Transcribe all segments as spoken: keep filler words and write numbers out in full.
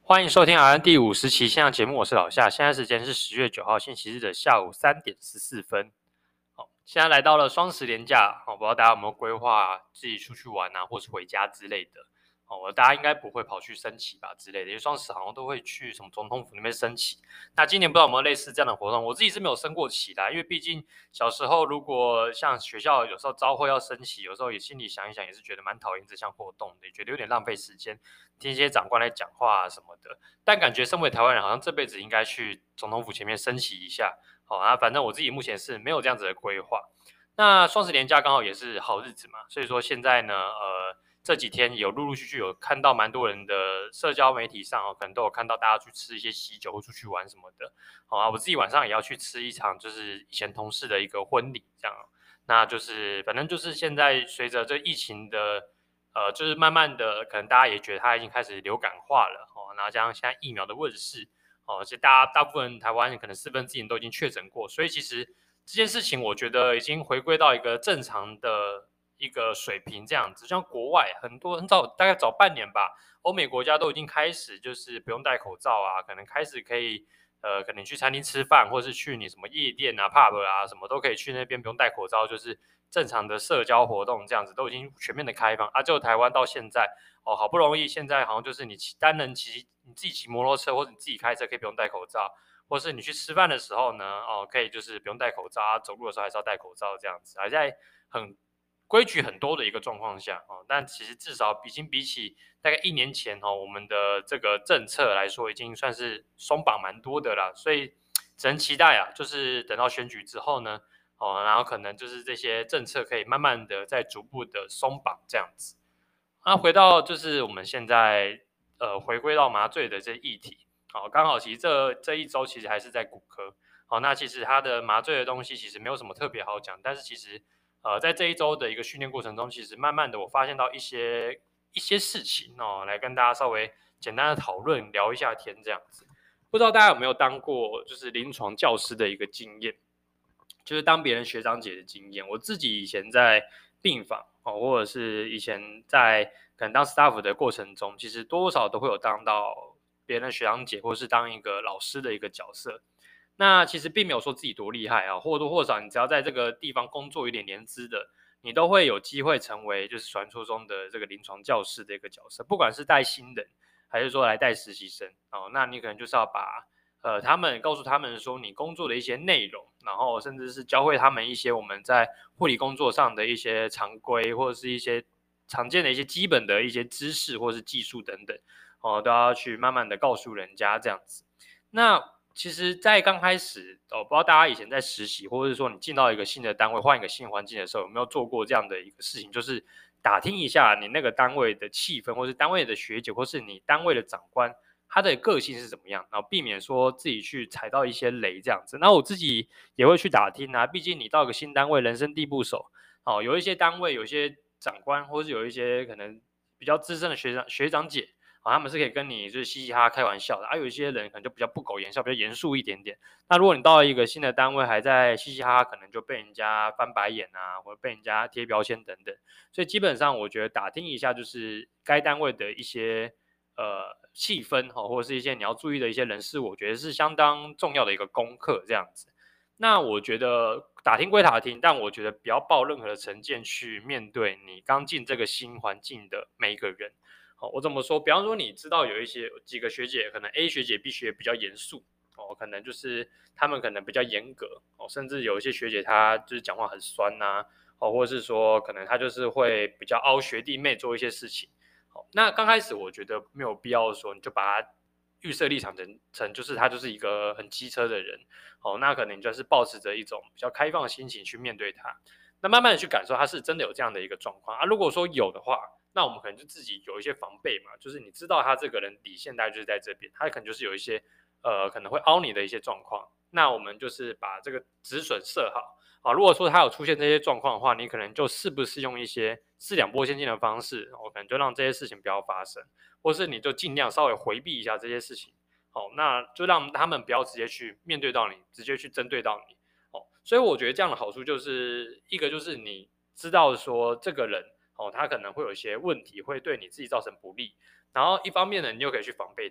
欢迎收听 R N 第五十期线上节目，我是老夏。现在时间是十月九号星期日的下午三点十四分。好，现在来到了双十连假，好，不知道大家有没有规划自己出去玩啊，或是回家之类的。哦，大家应该不会跑去升旗吧之类的，因为双十好像都会去什么总统府那边升旗。那今年不知道有没有类似这样的活动，我自己是没有升过旗的，因为毕竟小时候如果像学校有时候招会要升旗，有时候也心里想一想，也是觉得蛮讨厌这项活动的，也觉得有点浪费时间，听一些长官来讲话啊什么的。但感觉身为台湾人，好像这辈子应该去总统府前面升旗一下。好啊，反正我自己目前是没有这样子的规划。那双十连假刚好也是好日子嘛，所以说现在呢，呃。这几天有陆陆续续有看到蛮多人的社交媒体上、哦、可能都有看到大家去吃一些喜酒或出去玩什么的。好啊，我自己晚上也要去吃一场就是以前同事的一个婚礼，这样。那就是反正就是现在随着这疫情的呃，就是慢慢的可能大家也觉得它已经开始流感化了哦，然后加上现在疫苗的问世哦，其实大家大部分台湾可能四分之一人都已经确诊过，所以其实这件事情我觉得已经回归到一个正常的一个水平这样子。像国外很多很早大概早半年吧，欧美国家都已经开始就是不用戴口罩啊，可能开始可以呃，可能去餐厅吃饭，或是去你什么夜店啊 pub 啊什么都可以去那边不用戴口罩，就是正常的社交活动这样子都已经全面的开放啊。就台湾到现在哦，好不容易现在好像就是你骑单人骑你自己骑摩托车或者你自己开车可以不用戴口罩，或是你去吃饭的时候呢哦，可以就是不用戴口罩啊，走路的时候还是要戴口罩这样子，还在很规矩很多的一个状况下、哦、但其实至少已经比起大概一年前、哦、我们的这个政策来说已经算是松绑蛮多的啦，所以只能期待啊，就是等到选举之后呢、哦、然后可能就是这些政策可以慢慢的再逐步的松绑这样子。那回到就是我们现在呃回归到麻醉的这议题，好，刚好其实这这一周其实还是在骨科，好，那其实它的麻醉的东西其实没有什么特别好讲，但是其实呃在这一周的一个训练过程中，其实慢慢的我发现到一些一些事情哦，来跟大家稍微简单的讨论聊一下天这样子。不知道大家有没有当过就是临床教师的一个经验，就是当别人学长姐的经验。我自己以前在病房哦，或者是以前在可能当 staff 的过程中，其实多少都会有当到别人的学长姐，或是当一个老师的一个角色。那其实并没有说自己多厉害啊，或多或少你只要在这个地方工作有点年资的，你都会有机会成为就是传说中的这个临床教师的一个角色，不管是带新人还是说来带实习生哦，那你可能就是要把呃他们告诉他们说你工作的一些内容，然后甚至是教会他们一些我们在护理工作上的一些常规或者是一些常见的一些基本的一些知识或是技术等等哦，都要去慢慢的告诉人家这样子。那其实在刚开始哦，不知道大家以前在实习或者是说你进到一个新的单位换一个新环境的时候，有没有做过这样的一个事情，就是打听一下你那个单位的气氛，或是单位的学姐，或是你单位的长官他的个性是怎么样，然后避免说自己去踩到一些雷这样子。那我自己也会去打听啊，毕竟你到一个新单位，人生地不熟哦，有一些单位有一些长官，或是有一些可能比较资深的学长学长姐。啊，他们是可以跟你就是嘻嘻哈哈开玩笑的，啊，有一些人可能就比较不苟言笑，比较严肃一点点。那如果你到了一个新的单位，还在嘻嘻哈哈，可能就被人家翻白眼啊，或者被人家贴标签等等。所以基本上，我觉得打听一下，就是该单位的一些呃气氛哈，或者是一些你要注意的一些人事，我觉得是相当重要的一个功课，这样子。那我觉得打听归打听，但我觉得不要抱任何的成见去面对你刚进这个新环境的每一个人。好，我怎么说？比方说，你知道有一些几个学姐，可能 A 学姐、B 学姐比较严肃哦，可能就是他们可能比较严格哦，甚至有一些学姐她就是讲话很酸呐、啊，哦，或者是说可能她就是会比较凹学弟妹做一些事情。好，那刚开始我觉得没有必要说你就把她预设立场成成就是他就是一个很机车的人，哦，那可能就是抱持着一种比较开放的心情去面对他。那慢慢的去感受他是真的有这样的一个状况啊。如果说有的话，那我们可能就自己有一些防备嘛，就是你知道他这个人底线大概就是在这边，他可能就是有一些呃可能会凹你的一些状况，那我们就是把这个止损设好啊。如果说他有出现这些状况的话，你可能就是不是用一些四两拨千斤的方式，我可能就让这些事情不要发生，或是你就尽量稍微回避一下这些事情，好，那就让他们不要直接去面对到你，直接去针对到你。哦，所以我觉得这样的好处就是一个就是你知道说这个人哦，他可能会有一些问题，会对你自己造成不利。然后一方面呢，你又可以去防备他。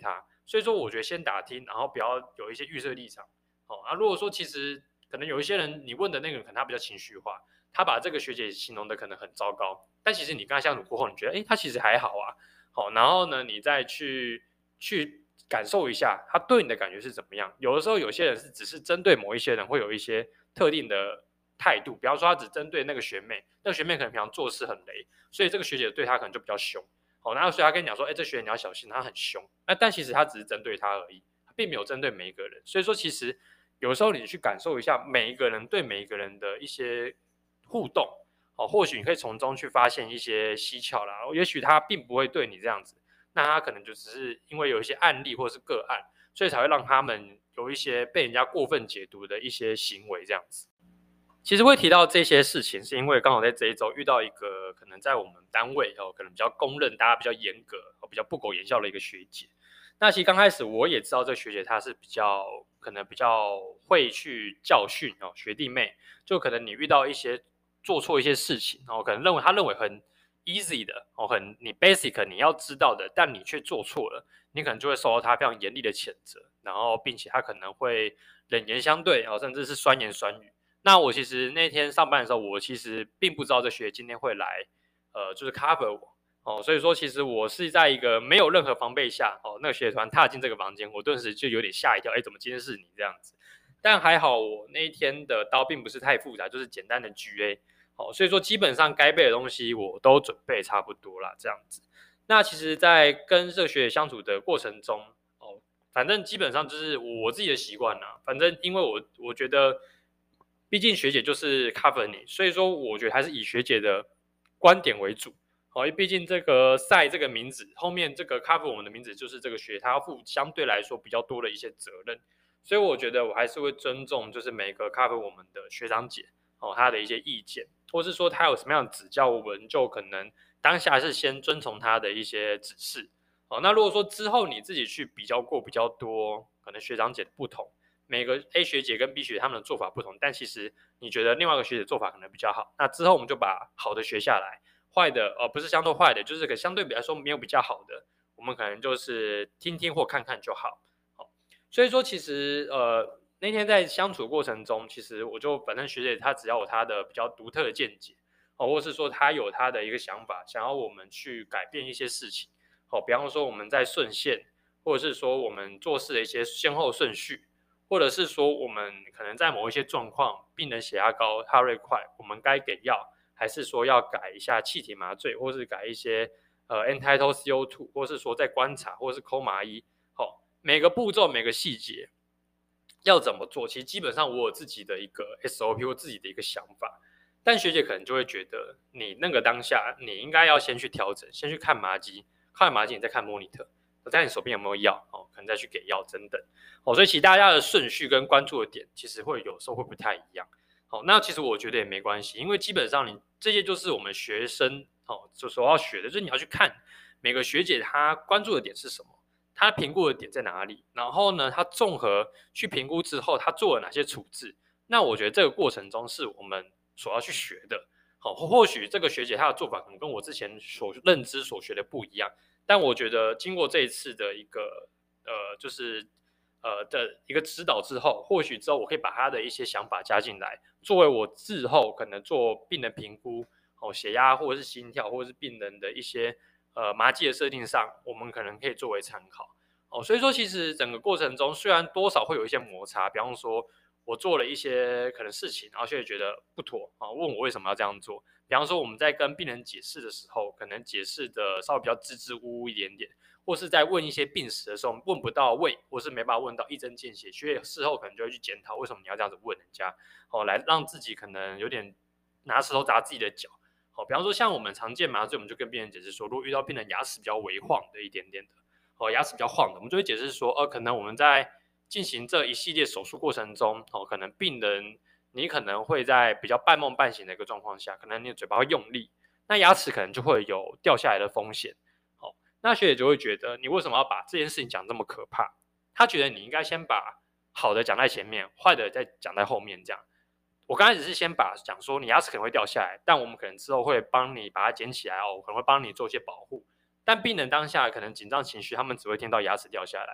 所以说我觉得先打听，然后不要有一些预设立场。哦，啊，如果说其实可能有一些人你问的那个人可能他比较情绪化，他把这个学姐形容的可能很糟糕，但其实你跟他相处过后，你觉得哎，他其实还好啊。好，然后呢，你再去去感受一下他对你的感觉是怎么样。有的时候有些人是只是针对某一些人会有一些特定的态度，比方说他只针对那个学妹，那个学妹可能平常做事很雷，所以这个学姐对他可能就比较凶。好，那所以他跟你讲说，哎，这学姐你要小心，他很凶。那但其实他只是针对他而已，他并没有针对每一个人。所以说，其实有时候你去感受一下每一个人对每一个人的一些互动，哦，或许你可以从中去发现一些蹊跷啦。也许他并不会对你这样子，那他可能就只是因为有一些案例或是个案，所以才会让他们有一些被人家过分解读的一些行为这样子。其实会提到这些事情，是因为刚好在这一周遇到一个可能在我们单位哦，可能比较公认、大家比较严格、比较不苟言笑的一个学姐。那其实刚开始我也知道这个学姐她是比较可能比较会去教训哦学弟妹，就可能你遇到一些做错一些事情哦，可能认为他认为很 easy 的哦，很你 basic 你要知道的，但你却做错了，你可能就会受到他非常严厉的谴责，然后并且他可能会冷言相对哦，甚至是酸言酸语。那我其实那天上班的时候，我其实并不知道这学姐今天会来，呃，就是 cover 我哦，所以说其实我是在一个没有任何防备下，哦，那个学姐团踏进这个房间，我顿时就有点吓一跳，哎，怎么今天是你这样子？但还好我那一天的刀并不是太复杂，就是简单的 G A，哦，所以说基本上该备的东西我都准备差不多啦，这样子。那其实，在跟这个学姐相处的过程中，哦，反正基本上就是我自己的习惯啦，反正因为我我觉得。毕竟学姐就是 cover 你，所以说我觉得还是以学姐的观点为主。好，因为毕竟这个赛这个名字后面这个 cover 我们的名字就是这个学，他要负相对来说比较多的一些责任，所以我觉得我还是会尊重，就是每个 cover 我们的学长姐哦，他的一些意见，或是说他有什么样的指教，我们就可能当下是先遵从他的一些指示。哦，那如果说之后你自己去比较过比较多，可能学长姐的不同。每个 A 学姐跟 B 学姐他们的做法不同，但其实你觉得另外一个学姐做法可能比较好，那之后我们就把好的学下来，坏的呃不是相对坏的，就是可相对比来说没有比较好的，我们可能就是听听或看看就好。好，所以说其实呃那天在相处过程中，其实我就反正学姐她只要有她的比较独特的见解，哦，或是说她有她的一个想法，想要我们去改变一些事情，好，比方说我们在顺线，或者是说我们做事的一些先后顺序。或者是说我们可能在某一些状况，病人血压高、哈瑞快，我们该给药，还是说要改一下气体麻醉，或是改一些呃 entitle C O 二，或是说在观察，或是抠麻衣，好、哦，每个步骤、每个细节要怎么做，其实基本上我有自己的一个 S O P 或自己的一个想法，但学姐可能就会觉得你那个当下你应该要先去调整，先去看麻机，看完麻机你再看 monitor。我在你手边有没有药哦？可能再去给药等等哦，所以其实大家的顺序跟关注的点其实会有时候会不太一样。好，那其实我觉得也没关系，因为基本上你这些就是我们学生哦就所要学的，就是你要去看每个学姐她关注的点是什么，她评估的点在哪里，然后呢，她综合去评估之后，她做了哪些处置。那我觉得这个过程中是我们所要去学的。好，或许这个学姐她的做法可能跟我之前所认知所学的不一样。但我觉得经过这一次的一个呃，就是呃的一个指导之后，或许之后我可以把他的一些想法加进来，作为我日后可能做病人评估，哦，血压或者是心跳，或者是病人的一些呃麻醉的设定上，我们可能可以作为参考。哦，所以说其实整个过程中虽然多少会有一些摩擦，比方说我做了一些可能事情，然后却觉得不妥啊，问我为什么要这样做。比方说我们在跟病人解释的时候，可能解释的稍微比较支支吾吾一点点，或是在问一些病史的时候问不到位，或是没办法问到一针见血，所以事后可能就会去检讨为什么你要这样子问人家，哦，来让自己可能有点拿石头砸自己的脚。哦，比方说像我们常见麻醉，我们就跟病人解释说，如果遇到病人牙齿比较微晃的一点点的，哦，牙齿比较晃的，我们就会解释说，呃，可能我们在进行这一系列手术过程中，哦，可能病人你可能会在比较半梦半醒的一个状况下，可能你的嘴巴会用力，那牙齿可能就会有掉下来的风险。好、哦，那学姐就会觉得你为什么要把这件事情讲这么可怕？她觉得你应该先把好的讲在前面，坏的再讲在后面。这样，我刚才只是先把讲说你牙齿可能会掉下来，但我们可能之后会帮你把它捡起来哦，可能会帮你做一些保护。但病人当下可能紧张情绪，他们只会听到牙齿掉下来。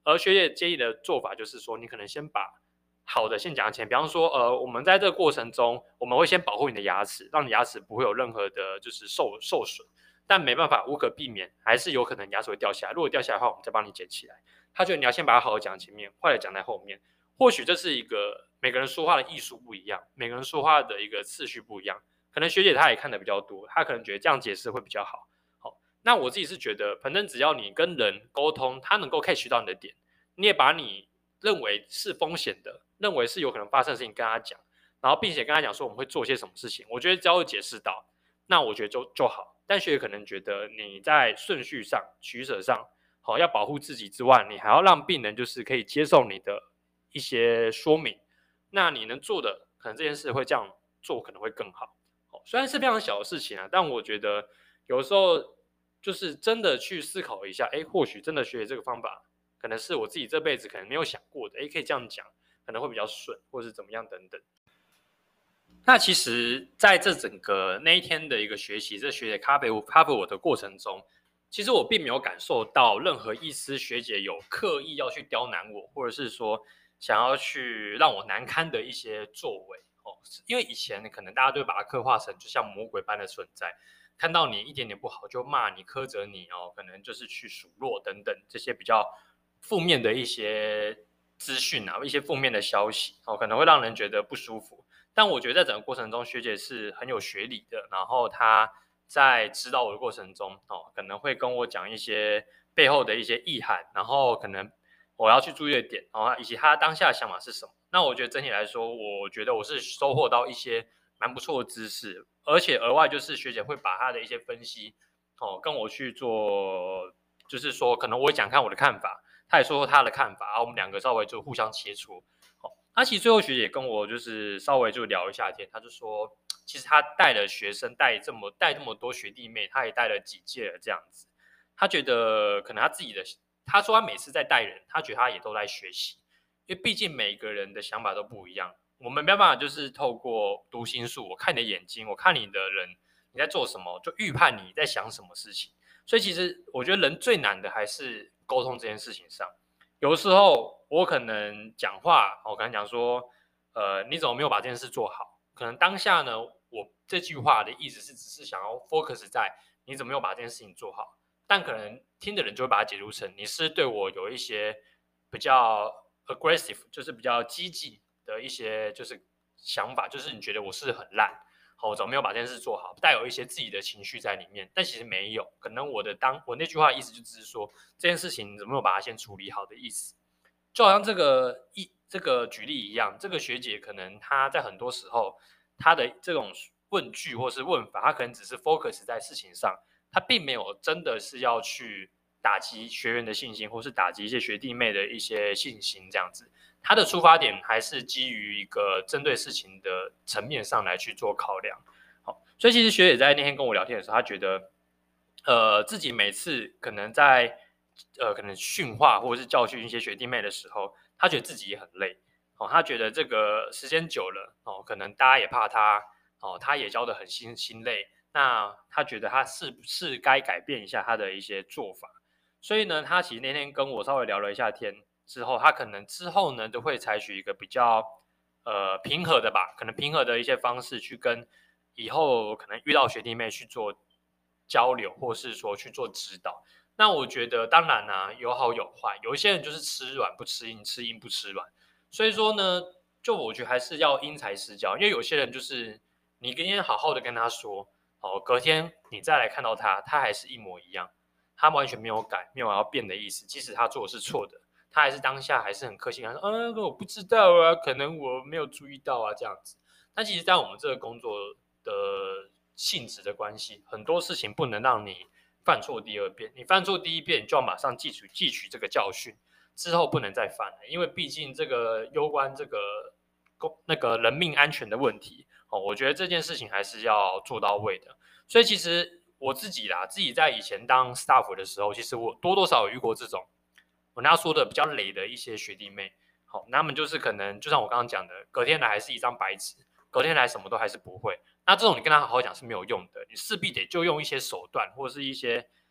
而学姐建议的做法就是说，你可能先把好的先讲前，比方说，呃，我们在这个过程中，我们会先保护你的牙齿，让你牙齿不会有任何的就是受受损。但没办法，无可避免，还是有可能牙齿会掉下来。如果掉下来的话，我们再帮你捡起来。他觉得你要先把它好好讲前面，坏的讲在后面。或许这是一个每个人说话的艺术不一样，每个人说话的一个次序不一样。可能学姐她也看的比较多，她可能觉得这样解释会比较好。好，那我自己是觉得，反正只要你跟人沟通，他能够 catch 到你的点，你也把你认为是风险的，认为是有可能发生的事情跟他讲，然后并且跟他讲说我们会做些什么事情，我觉得只要有解释到，那我觉得就就好。但学姐可能觉得你在顺序上、取舍上，好要保护自己之外，你还要让病人就是可以接受你的一些说明。那你能做的，可能这件事会这样做，可能会更好。哦，虽然是非常小的事情啊，但我觉得有时候就是真的去思考一下，哎，或许真的学这个方法，可能是我自己这辈子可能没有想过的，哎，可以这样讲，可能会比较顺，或是怎么样等等。那其实在这整个那一天的一个学习，这学姐 cover cover 我的过程中，其实我并没有感受到任何一丝学姐有刻意要去刁难我，或者是说想要去让我难堪的一些作为哦。因为以前可能大家都会把它刻画成就像魔鬼般的存在，看到你一点点不好就骂你、苛责你哦，可能就是去数落等等这些比较负面的一些资讯啊，一些负面的消息哦，可能会让人觉得不舒服。但我觉得在整个过程中，学姐是很有学理的，然后她在指导我的过程中，哦，可能会跟我讲一些背后的一些意涵，然后可能我要去注意的点，然后以及她当下的想法是什么。那我觉得整体来说，我觉得我是收获到一些蛮不错的知识，而且额外就是学姐会把她的一些分析，哦，跟我去做，就是说可能我会讲看我的看法，她也说说她的看法，然后我们两个稍微就互相切磋。那其实最后学姐跟我就是稍微就聊一下天，她就说，其实她带了学生带这么带这么多学弟妹，她也带了几届了这样子。她觉得可能她自己的，她说她每次在带人，她觉得她也都在学习，因为毕竟每个人的想法都不一样，我们没办法就是透过读心术，我看你的眼睛，我看你的人你在做什么，就预判你在想什么事情。所以其实我觉得人最难的还是沟通这件事情上。有的时候我可能讲话，我可能讲说，呃，你怎么没有把这件事做好？可能当下呢，我这句话的意思是只是想要 focus 在你怎么没有把这件事情做好，但可能听的人就会把它解读成你是对我有一些比较 aggressive，就是比较激进的一些就是想法，就是你觉得我是很烂，好，我怎么没有把这件事做好，带有一些自己的情绪在里面，但其实没有，可能我的当我那句话的意思就只是说这件事情你怎么没有把它先处理好的意思，就好像这个一这个举例一样，这个学姐可能她在很多时候她的这种问句或是问法，她可能只是 focus 在事情上，她并没有真的是要去打击学员的信心，或是打击一些学弟妹的一些信心这样子。他的出发点还是基于一个针对事情的层面上来去做考量。好，所以其实学姐在那天跟我聊天的时候，她觉得，呃，自己每次可能在呃可能训话或者是教训一些学弟妹的时候，她觉得自己也很累。哦，她觉得这个时间久了，哦，可能大家也怕她，哦，她也教得很心心累。那她觉得她是不是该改变一下她的一些做法？所以呢，她其实那天跟我稍微聊了一下天，之后，他可能之后呢都会采取一个比较呃平和的吧，可能平和的一些方式去跟以后可能遇到学弟妹去做交流，或是说去做指导。那我觉得当然啊，有好有坏，有一些人就是吃软不吃硬，吃硬不吃软。所以说呢，就我觉得还是要因材施教，因为有些人就是你今天好好的跟他说，哦，隔天你再来看到他，他还是一模一样，他完全没有改，没有要变的意思，即使他做的是错的。他还是当下还是很客气，他说：“啊，我不知道啊，可能我没有注意到啊，这样子。”但其实，在我们这个工作的性质的关系，很多事情不能让你犯错第二遍。你犯错第一遍，你就要马上汲取汲取这个教训，之后不能再犯了，因为毕竟这个攸关这个公那个人命安全的问题哦。我觉得这件事情还是要做到位的。所以其实我自己啦，自己在以前当 staff 的时候，其实我多多少有遇过这种。我那说的比较累的一些学弟妹，好，那他们就是可能就像我刚刚讲的，隔天来还是一张白纸，隔天来什么都还是不会。那这种你跟他好好讲是没有用的，你势必得就用一些手段或者是一些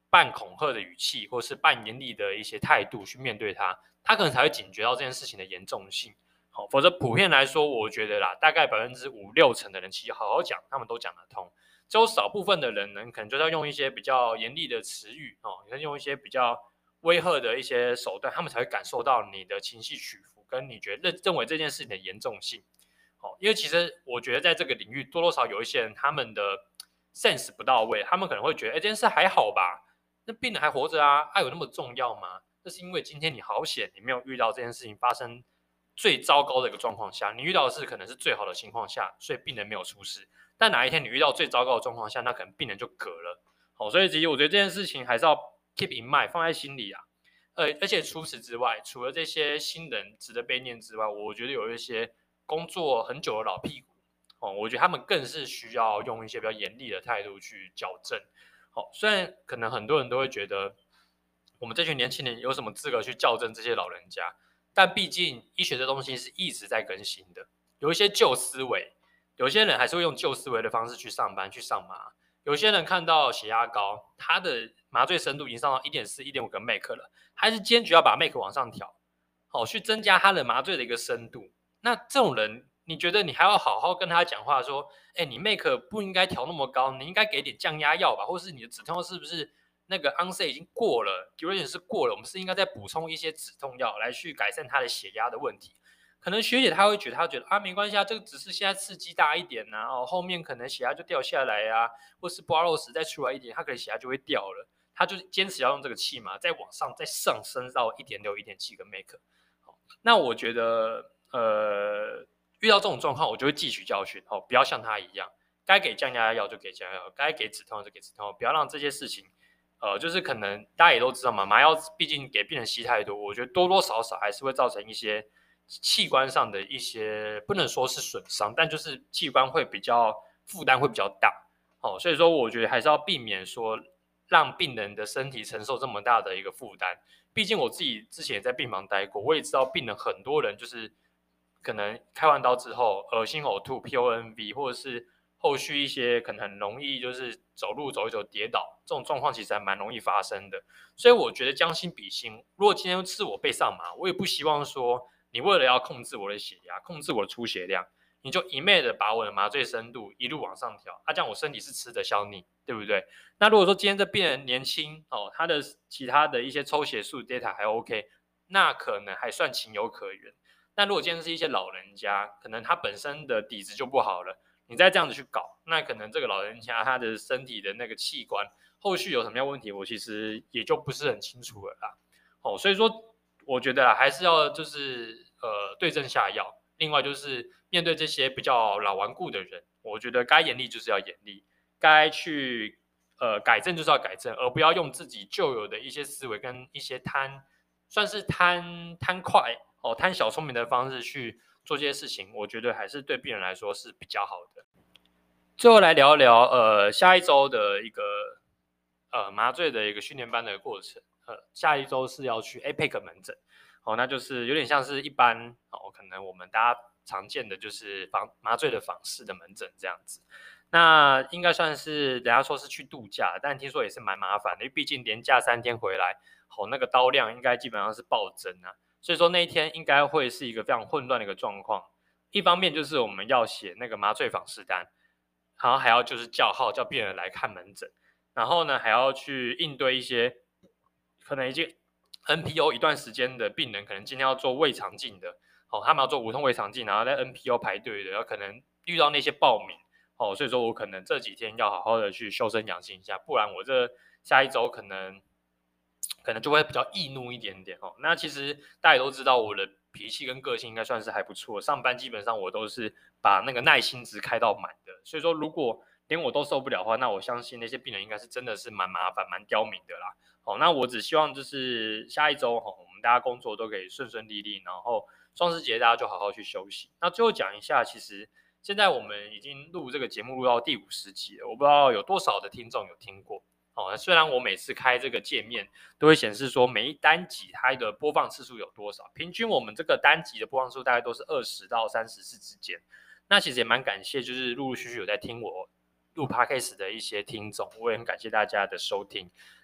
半恐吓的语气，或是半严厉的一些态度去面对他，他可能才会警觉到这件事情的严重性。好，否则普遍来说，我觉得啦，大概百分之五六成的人其实好好讲，他们都讲得通。只有少部分的人呢，可能就是要用一些比较严厉的词语哦，用一些比较威吓的一些手段，他们才会感受到你的情绪起伏，跟你觉得认为这件事情的严重性。哦，因为其实我觉得在这个领域，多多少有一些人他们的 sense 不到位，他们可能会觉得，哎，这件事还好吧？那病人还活着啊，爱有那么重要吗？那是因为今天你好险，你没有遇到这件事情发生最糟糕的一个状况下，你遇到的是可能是最好的情况下，所以病人没有出事。但哪一天你遇到最糟糕的状况下，那可能病人就嗝了。好，所以其实我觉得这件事情还是要 keep in mind 放在心里啊。呃，而且除此之外，除了这些新人值得被念之外，我觉得有一些工作很久的老屁股，哦，我觉得他们更是需要用一些比较严厉的态度去矫正。好，虽然可能很多人都会觉得我们这群年轻人有什么资格去校正这些老人家，但毕竟医学这东西是一直在更新的，有一些旧思维，有些人还是会用旧思维的方式去上班去上麻。有些人看到血压高，他的麻醉深度已经上到 一点四、一点五 个 Mac 了，还是坚决要把 Mac 往上调，好去增加他的麻醉的一个深度。那这种人，你觉得你还要好好跟他讲话说，哎，你 Mac 不应该调那么高，你应该给点降压药吧，或是你的止痛药是不是那个 onset 已经过了 duration 是过了，我们是应该再补充一些止痛药来去改善他的血压的问题。可能学姐她会觉得，她觉得啊没关系啊，这个只是现在刺激大一点呐、啊，哦后面可能血压就掉下来啊，或是 b o r o s 再出来一点，她可能血压就会掉了。她就坚持要用这个气嘛，再往上再上升到一点六、一点七个 Mac。那我觉得，呃，遇到这种状况，我就会汲取教训，哦，不要像他一样，该给降压药就给降压药，该给止痛药就给止痛药，不要让这些事情，呃，就是可能大家也都知道嘛，麻药毕竟给病人吸太多，我觉得多多少少还是会造成一些器官上的一些，不能说是损伤，但就是器官会比较负担会比较大，哦，所以说我觉得还是要避免说让病人的身体承受这么大的一个负担。毕竟我自己之前也在病房待过，我也知道病人很多人就是可能开完刀之后恶心呕吐 P O N V， 或者是后续一些可能很容易就是走路走一走跌倒，这种状况其实还蛮容易发生的。所以我觉得将心比心，如果今天是我被上麻，我也不希望说你为了要控制我的血压，控制我的出血量，你就一昧的把我的麻醉深度一路往上调，啊，这样我身体是吃得消你，对不对？那如果说今天这病人年轻哦，他的其他的一些抽血数 data 还 OK，那可能还算情有可原。那如果今天是一些老人家，可能他本身的底子就不好了，你再这样子去搞，那可能这个老人家他的身体的那个器官后续有什么样问题，我其实也就不是很清楚了啦。哦，所以说我觉得啦，还是要就是呃对症下药。另外就是面对这些比较老顽固的人，我觉得该严厉就是要严厉，该去呃改正就是要改正，而不要用自己旧有的一些思维跟一些贪，算是贪贪快哦贪小聪明的方式去做这些事情，我觉得还是对病人来说是比较好的。最后来聊一聊呃下一周的一个呃麻醉的一个训练班的过程。呃，下一周是要去 A P E C 门诊，哦，那就是有点像是一般哦，可能我们大家常见的就是防麻醉的访视的门诊这样子。那应该算是人家说是去度假，但听说也是蛮麻烦的，因为毕竟连假三天回来，好、哦、那个刀量应该基本上是暴增啊，所以说那一天应该会是一个非常混乱的一个状况。一方面就是我们要写那个麻醉访视单，然后还要就是叫号叫病人来看门诊，然后呢还要去应对一些可能已经 N P O 一段时间的病人，可能今天要做胃肠镜的，哦，他们要做无痛胃肠镜，然后在 N P O 排队的，然后可能遇到那些报名，哦，所以说我可能这几天要好好的去修身养性一下，不然我这下一周可能可能就会比较易怒一点点哦。那其实大家也都知道我的脾气跟个性应该算是还不错，上班基本上我都是把那个耐心值开到满的，所以说如果连我都受不了的话，那我相信那些病人应该是真的是蛮麻烦、蛮刁民的啦。好，那我只希望就是下一周哈，我们大家工作都可以顺顺利利，然后双十节大家就好好去休息。那最后讲一下，其实现在我们已经录这个节目录到第五十集了，我不知道有多少的听众有听过。哦，虽然我每次开这个界面都会显示说每一单集它的播放次数有多少，平均我们这个单集的播放数大概都是二十到三十次之间。那其实也蛮感谢，就是陆陆续续有在听我录 podcast 的一些听众，我也很感谢大家的收听。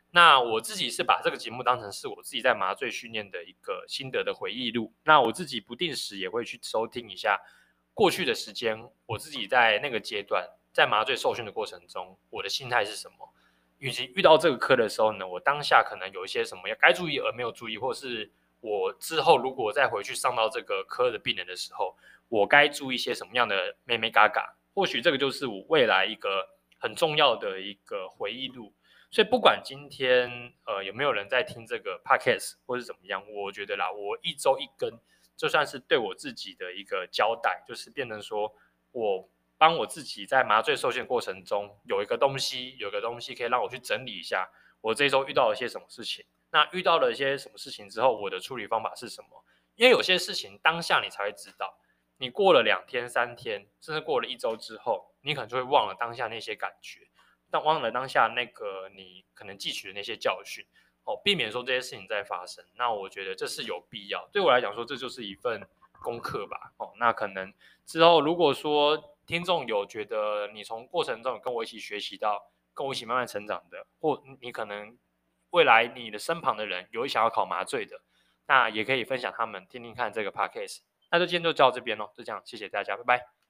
那我自己是把这个节目当成是我自己在麻醉训练的一个心得的回忆录。那我自己不定时也会去收听一下过去的时间，我自己在那个阶段在麻醉受训的过程中，我的心态是什么？以及遇到这个科的时候呢，我当下可能有一些什么要该注意而没有注意，或是我之后如果再回去上到这个科的病人的时候，我该注意一些什么样的妹妹嘎嘎？或许这个就是我未来一个很重要的一个回忆录。所以不管今天呃有没有人在听这个 podcast 或是怎么样，我觉得啦，我一周一更，就算是对我自己的一个交代，就是变成说我帮我自己在麻醉受训过程中有一个东西，有个东西可以让我去整理一下，我这一周遇到了一些什么事情。那遇到了一些什么事情之后，我的处理方法是什么？因为有些事情当下你才会知道，你过了两天、三天，甚至过了一周之后，你可能就会忘了当下那些感觉。但忘了当下那个你可能汲取的那些教训，哦，避免说这些事情再发生。那我觉得这是有必要，对我来讲说，这就是一份功课吧。哦，那可能之后如果说听众有觉得你从过程中有跟我一起学习到，跟我一起慢慢成长的，或你可能未来你的身旁的人有想要考麻醉的，那也可以分享他们听听看这个 podcast。那就今天就到这边咯，就这样，谢谢大家，拜拜。